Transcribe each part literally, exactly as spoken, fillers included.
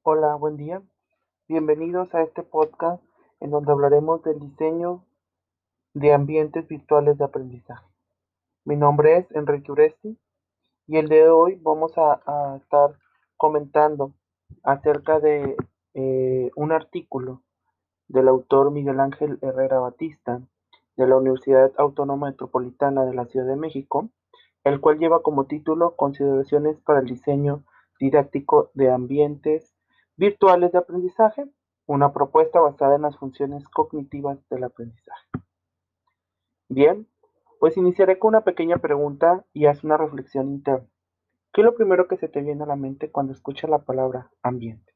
Hola, buen día. Bienvenidos a este podcast en donde hablaremos del diseño de ambientes virtuales de aprendizaje. Mi nombre es Enrique Uresti y el día de hoy vamos a, a estar comentando acerca de eh, un artículo del autor Miguel Ángel Herrera Batista de la Universidad Autónoma Metropolitana de la Ciudad de México, el cual lleva como título Consideraciones para el diseño didáctico de ambientes virtuales de aprendizaje, una propuesta basada en las funciones cognitivas del aprendizaje. Bien, pues iniciaré con una pequeña pregunta y haz una reflexión interna. ¿Qué es lo primero que se te viene a la mente cuando escuchas la palabra ambiente?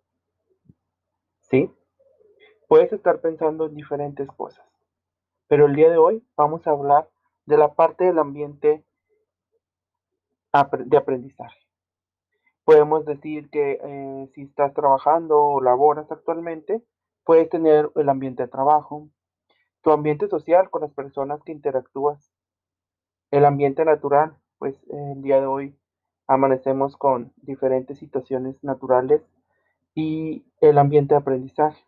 ¿Sí? Puedes estar pensando en diferentes cosas, pero el día de hoy vamos a hablar de la parte del ambiente de aprendizaje. Podemos decir que eh, si estás trabajando o laboras actualmente, puedes tener el ambiente de trabajo, tu ambiente social con las personas que interactúas, el ambiente natural, pues eh, el día de hoy amanecemos con diferentes situaciones naturales y el ambiente de aprendizaje,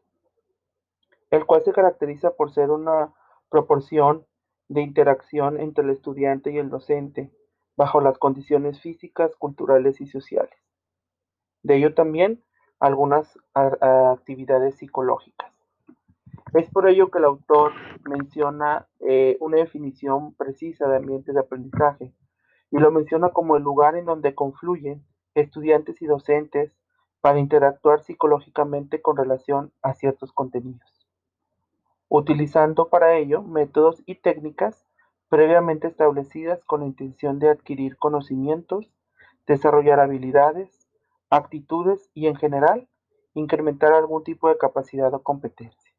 el cual se caracteriza por ser una proporción de interacción entre el estudiante y el docente bajo las condiciones físicas, culturales y sociales. De ello también algunas a- a actividades psicológicas. Es por ello que el autor menciona eh, una definición precisa de ambiente de aprendizaje y lo menciona como el lugar en donde confluyen estudiantes y docentes para interactuar psicológicamente con relación a ciertos contenidos, utilizando para ello métodos y técnicas previamente establecidas con la intención de adquirir conocimientos, desarrollar habilidades, actitudes y en general incrementar algún tipo de capacidad o competencia.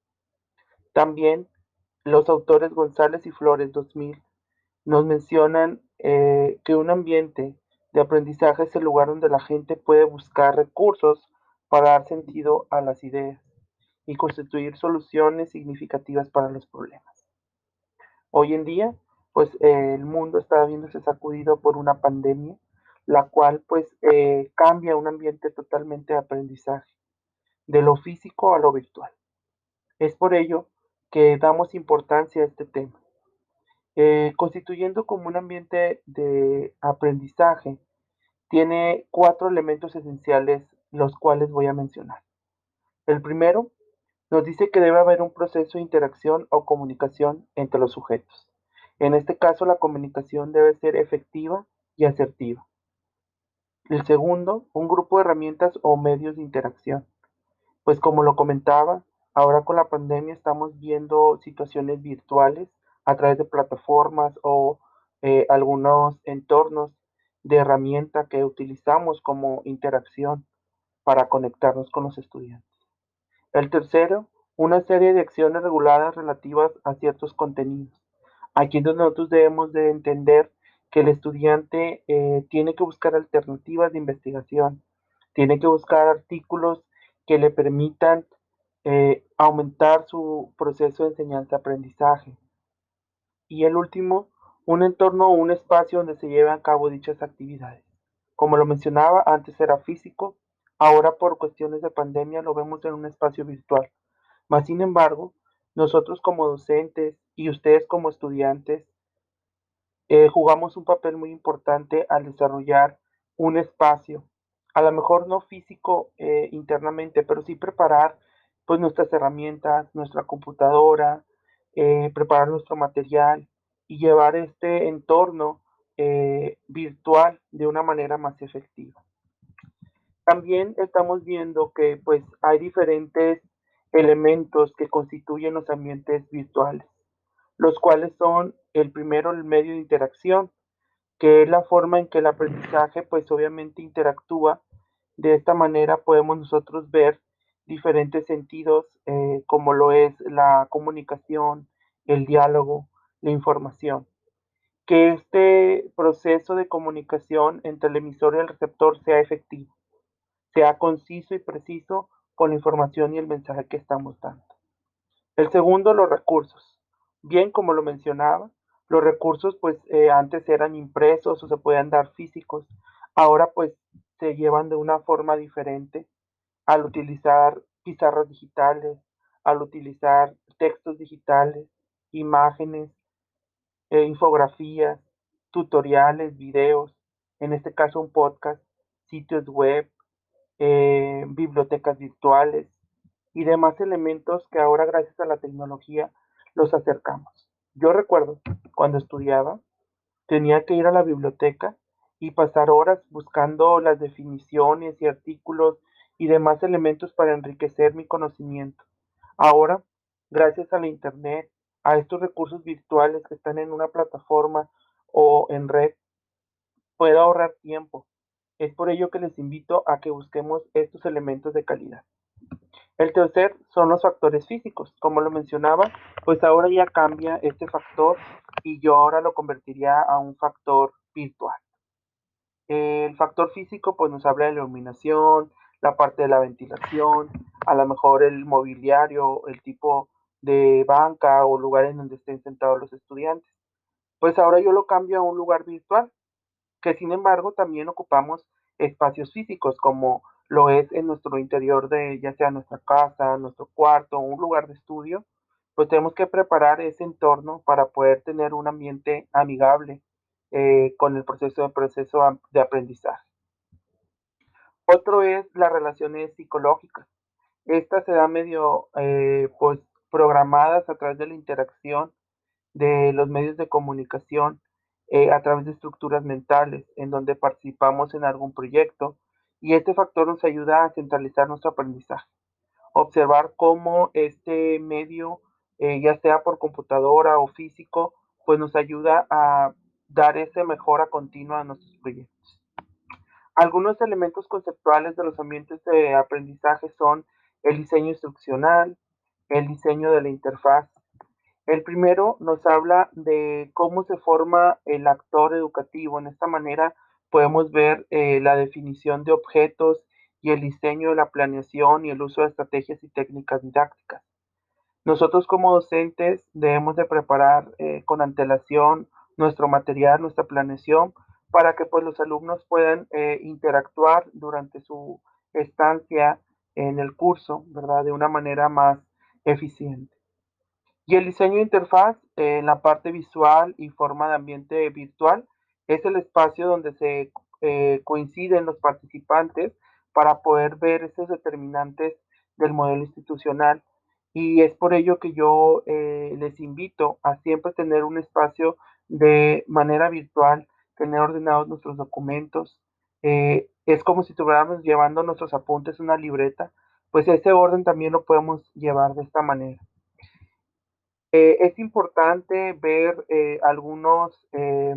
También los autores González y Flores dos mil nos mencionan eh, que un ambiente de aprendizaje es el lugar donde la gente puede buscar recursos para dar sentido a las ideas y constituir soluciones significativas para los problemas. Hoy en día, pues eh, el mundo está viéndose sacudido por una pandemia, la cual pues eh, cambia un ambiente totalmente de aprendizaje, de lo físico a lo virtual. Es por ello que damos importancia a este tema, eh, constituyendo como un ambiente de aprendizaje. Tiene cuatro elementos esenciales, los cuales voy a mencionar. El primero nos dice que debe haber un proceso de interacción o comunicación entre los sujetos. En este caso, la comunicación debe ser efectiva y asertiva. El segundo, un grupo de herramientas o medios de interacción. Pues como lo comentaba, ahora con la pandemia estamos viendo situaciones virtuales a través de plataformas o eh, algunos entornos de herramienta que utilizamos como interacción para conectarnos con los estudiantes. El tercero, una serie de acciones reguladas relativas a ciertos contenidos. Aquí es donde nosotros debemos de entender que el estudiante eh, tiene que buscar alternativas de investigación, tiene que buscar artículos que le permitan eh, aumentar su proceso de enseñanza-aprendizaje. Y el último, un entorno o un espacio donde se lleven a cabo dichas actividades. Como lo mencionaba, antes era físico, ahora por cuestiones de pandemia lo vemos en un espacio virtual. Mas, sin embargo, nosotros como docentes y ustedes como estudiantes eh, jugamos un papel muy importante al desarrollar un espacio, a lo mejor no físico eh, internamente, pero sí preparar pues nuestras herramientas, nuestra computadora, eh, preparar nuestro material y llevar este entorno eh, virtual de una manera más efectiva. También estamos viendo que pues hay diferentes elementos que constituyen los ambientes virtuales, los cuales son el primero, el medio de interacción, que es la forma en que el aprendizaje pues obviamente interactúa. De esta manera podemos nosotros ver diferentes sentidos eh, como lo es la comunicación, el diálogo, la información. Que este proceso de comunicación entre el emisor y el receptor sea efectivo, sea conciso y preciso con la información y el mensaje que estamos dando. El segundo, los recursos. Bien, como lo mencionaba, los recursos pues eh, antes eran impresos o se podían dar físicos, ahora pues se llevan de una forma diferente. al utilizar pizarras digitales, al utilizar textos digitales, imágenes, eh, infografías, tutoriales, videos, en este caso un podcast, sitios web, eh, bibliotecas virtuales y demás elementos que ahora gracias a la tecnología los acercamos. Yo recuerdo cuando estudiaba, tenía que ir a la biblioteca y pasar horas buscando las definiciones y artículos y demás elementos para enriquecer mi conocimiento. Ahora, gracias a la Internet, a estos recursos virtuales que están en una plataforma o en red, puedo ahorrar tiempo. Es por ello que les invito a que busquemos estos elementos de calidad. El tercer son los factores físicos. Como lo mencionaba, pues ahora ya cambia este factor y yo ahora lo convertiría a un factor virtual. El factor físico pues nos habla de la iluminación, la parte de la ventilación, a lo mejor el mobiliario, el tipo de banca o lugar en donde estén sentados los estudiantes. Pues ahora yo lo cambio a un lugar virtual, que sin embargo también ocupamos espacios físicos como lo es en nuestro interior de ya sea nuestra casa, nuestro cuarto, un lugar de estudio, pues tenemos que preparar ese entorno para poder tener un ambiente amigable eh, con el proceso de proceso de aprendizaje. Otro es las relaciones psicológicas. Estas se dan medio eh, pues programadas a través de la interacción de los medios de comunicación eh, a través de estructuras mentales en donde participamos en algún proyecto y este factor nos ayuda a centralizar nuestro aprendizaje, observar cómo este medio, eh, ya sea por computadora o físico, pues nos ayuda a dar esa mejora continua a nuestros proyectos. Algunos elementos conceptuales de los ambientes de aprendizaje son el diseño instruccional, el diseño de la interfaz. El primero nos habla de cómo se forma el actor educativo. En esta manera podemos ver eh, la definición de objetos y el diseño de la planeación y el uso de estrategias y técnicas didácticas. Nosotros como docentes debemos de preparar eh, con antelación nuestro material, nuestra planeación, para que pues los alumnos puedan eh, interactuar durante su estancia en el curso, ¿verdad? De una manera más eficiente. Y el diseño de interfaz, eh, en la parte visual y forma de ambiente virtual, es el espacio donde se eh, coinciden los participantes para poder ver esos determinantes del modelo institucional. Y es por ello que yo eh, les invito a siempre tener un espacio de manera virtual, tener ordenados nuestros documentos. Eh, es como si estuviéramos llevando nuestros apuntes en una libreta, pues ese orden también lo podemos llevar de esta manera. Eh, es importante ver eh, algunas eh,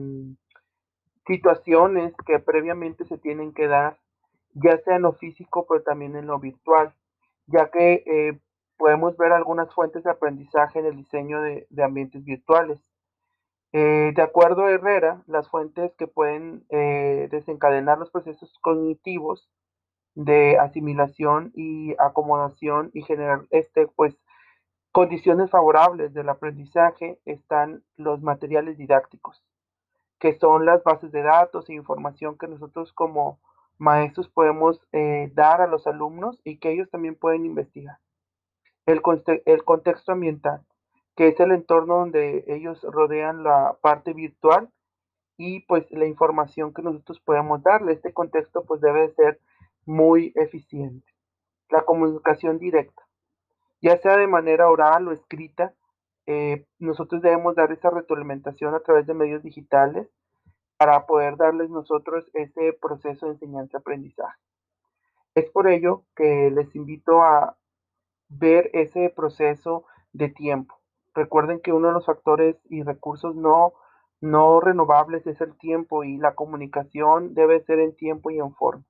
situaciones que previamente se tienen que dar, ya sea en lo físico, pero también en lo virtual, ya que eh, podemos ver algunas fuentes de aprendizaje en el diseño de, de ambientes virtuales. Eh, de acuerdo a Herrera, las fuentes que pueden eh, desencadenar los procesos cognitivos de asimilación y acomodación y generar este, pues, condiciones favorables del aprendizaje están los materiales didácticos, que son las bases de datos e información que nosotros como maestros podemos eh, dar a los alumnos y que ellos también pueden investigar. El, el contexto ambiental, que es el entorno donde ellos rodean la parte virtual y pues la información que nosotros podemos darle. Este contexto pues debe ser muy eficiente. La comunicación directa, ya sea de manera oral o escrita, eh, nosotros debemos dar esa retroalimentación a través de medios digitales para poder darles nosotros ese proceso de enseñanza-aprendizaje. Es por ello que les invito a ver ese proceso de tiempo. Recuerden que uno de los factores y recursos no, no renovables es el tiempo y la comunicación debe ser en tiempo y en forma.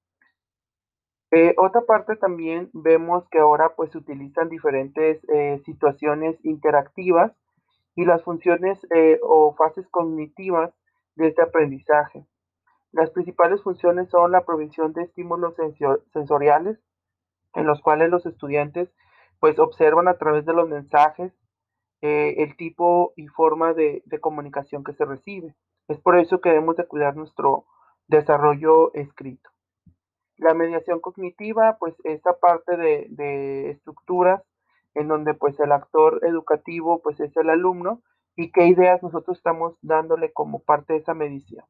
Eh, otra parte también vemos que ahora pues se utilizan diferentes eh, situaciones interactivas y las funciones eh, o fases cognitivas de este aprendizaje. Las principales funciones son la provisión de estímulos sensor sensoriales en los cuales los estudiantes pues observan a través de los mensajes eh, el tipo y forma de, de comunicación que se recibe. Es por eso que debemos de cuidar nuestro desarrollo escrito. La mediación cognitiva, pues esa parte de, de estructuras en donde pues el actor educativo pues es el alumno y qué ideas nosotros estamos dándole como parte de esa medición.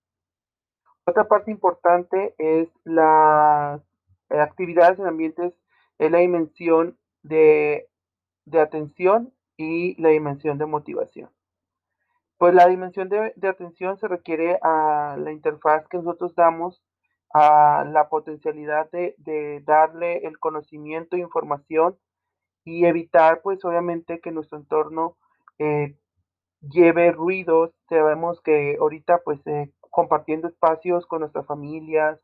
Otra parte importante es las eh, actividades en ambientes, es la dimensión de, de atención y la dimensión de motivación. Pues la dimensión de, de atención se requiere a la interfaz que nosotros damos, a la potencialidad de, de darle el conocimiento, información y evitar pues obviamente que nuestro entorno eh, lleve ruidos. Sabemos que ahorita pues eh, compartiendo espacios con nuestras familias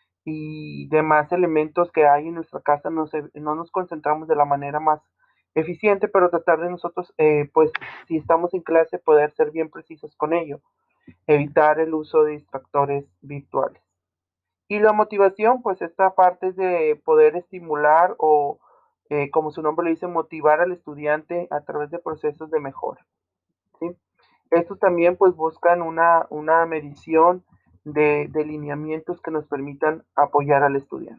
y demás elementos que hay en nuestra casa, no, se, no nos concentramos de la manera más eficiente, pero tratar de nosotros, eh, pues si estamos en clase, poder ser bien precisos con ello, evitar el uso de distractores virtuales. Y la motivación, pues esta parte es de poder estimular o, eh, como su nombre lo dice, motivar al estudiante a través de procesos de mejora, ¿sí? Estos también pues buscan una, una medición de, de lineamientos que nos permitan apoyar al estudiante.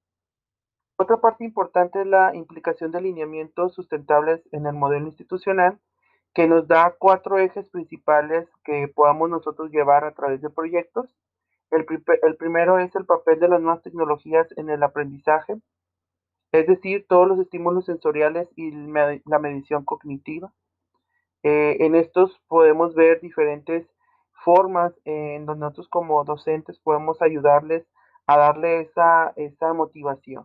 Otra parte importante es la implicación de lineamientos sustentables en el modelo institucional, que nos da cuatro ejes principales que podamos nosotros llevar a través de proyectos. El, el primero es el papel de las nuevas tecnologías en el aprendizaje, es decir, todos los estímulos sensoriales y la medición cognitiva. Eh, en estos podemos ver diferentes formas eh, en donde nosotros como docentes podemos ayudarles a darle esa, esa motivación.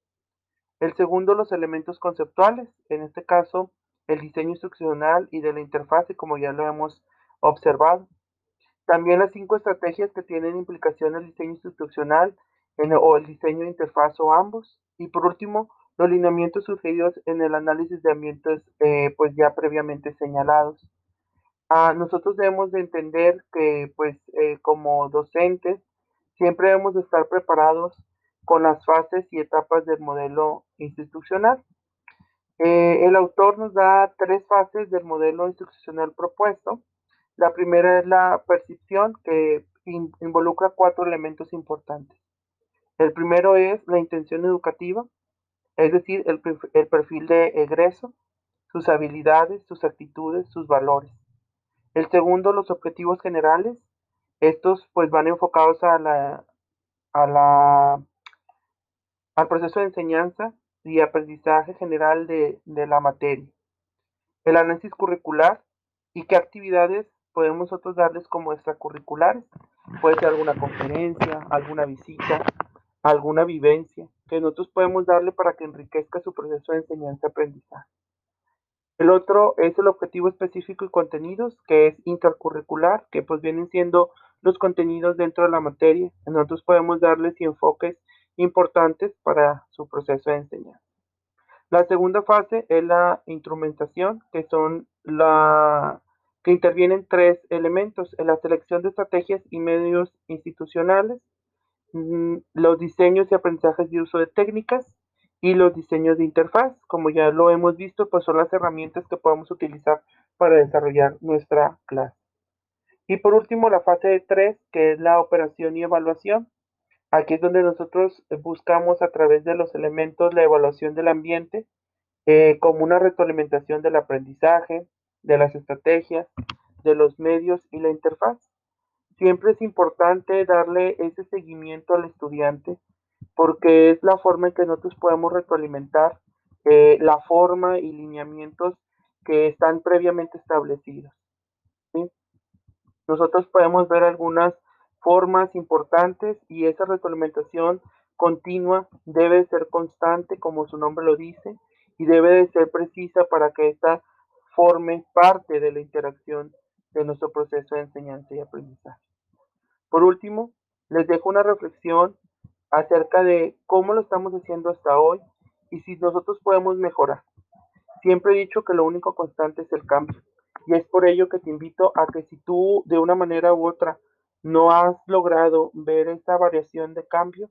El segundo, los elementos conceptuales, en este caso el diseño instruccional y de la interfase, como ya lo hemos observado. También las cinco estrategias que tienen implicación en el diseño instruccional en, o el diseño de interfaz o ambos. Y por último, los lineamientos sugeridos en el análisis de ambientes eh, pues ya previamente señalados. Ah, nosotros debemos de entender que pues eh, como docentes siempre debemos de estar preparados con las fases y etapas del modelo institucional. Eh, el autor nos da tres fases del modelo institucional propuesto. La primera es la percepción, que in- involucra cuatro elementos importantes. El primero es la intención educativa, es decir, el, el perfil de egreso, sus habilidades, sus actitudes, sus valores. El segundo, los objetivos generales. Estos pues van enfocados a la, a la, al proceso de enseñanza y aprendizaje general de, de la materia. El análisis curricular y qué actividades podemos nosotros darles como extracurriculares. Puede ser alguna conferencia, alguna visita, alguna vivencia que nosotros podemos darle para que enriquezca su proceso de enseñanza-aprendizaje. El otro es el objetivo específico y contenidos, que es intercurricular, que pues vienen siendo los contenidos dentro de la materia. Nosotros podemos darles y enfoques importantes para su proceso de enseñanza. La segunda fase es la instrumentación, que son la que intervienen tres elementos: en la selección de estrategias y medios institucionales, mm, los diseños y aprendizajes de uso de técnicas y los diseños de interfaz. Como ya lo hemos visto, pues son las herramientas que podemos utilizar para desarrollar nuestra clase. Y por último, la fase de tres, que es la operación y evaluación. Aquí es donde nosotros buscamos a través de los elementos la evaluación del ambiente, eh, como una retroalimentación del aprendizaje, de las estrategias, de los medios y la interfaz. Siempre es importante darle ese seguimiento al estudiante porque es la forma en que nosotros podemos retroalimentar eh, la forma y lineamientos que están previamente establecidos, ¿sí? Nosotros podemos ver algunas formas importantes y esa retroalimentación continua debe ser constante, como su nombre lo dice, y debe de ser precisa para que esta forme parte de la interacción de nuestro proceso de enseñanza y aprendizaje. Por último, les dejo una reflexión acerca de cómo lo estamos haciendo hasta hoy y si nosotros podemos mejorar. Siempre he dicho que lo único constante es el cambio y es por ello que te invito a que si tú de una manera u otra no has logrado ver esta variación de cambio,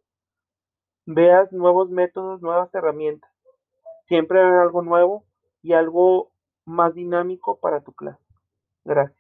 veas nuevos métodos, nuevas herramientas. Siempre hay algo nuevo y algo más dinámico para tu clase. Gracias.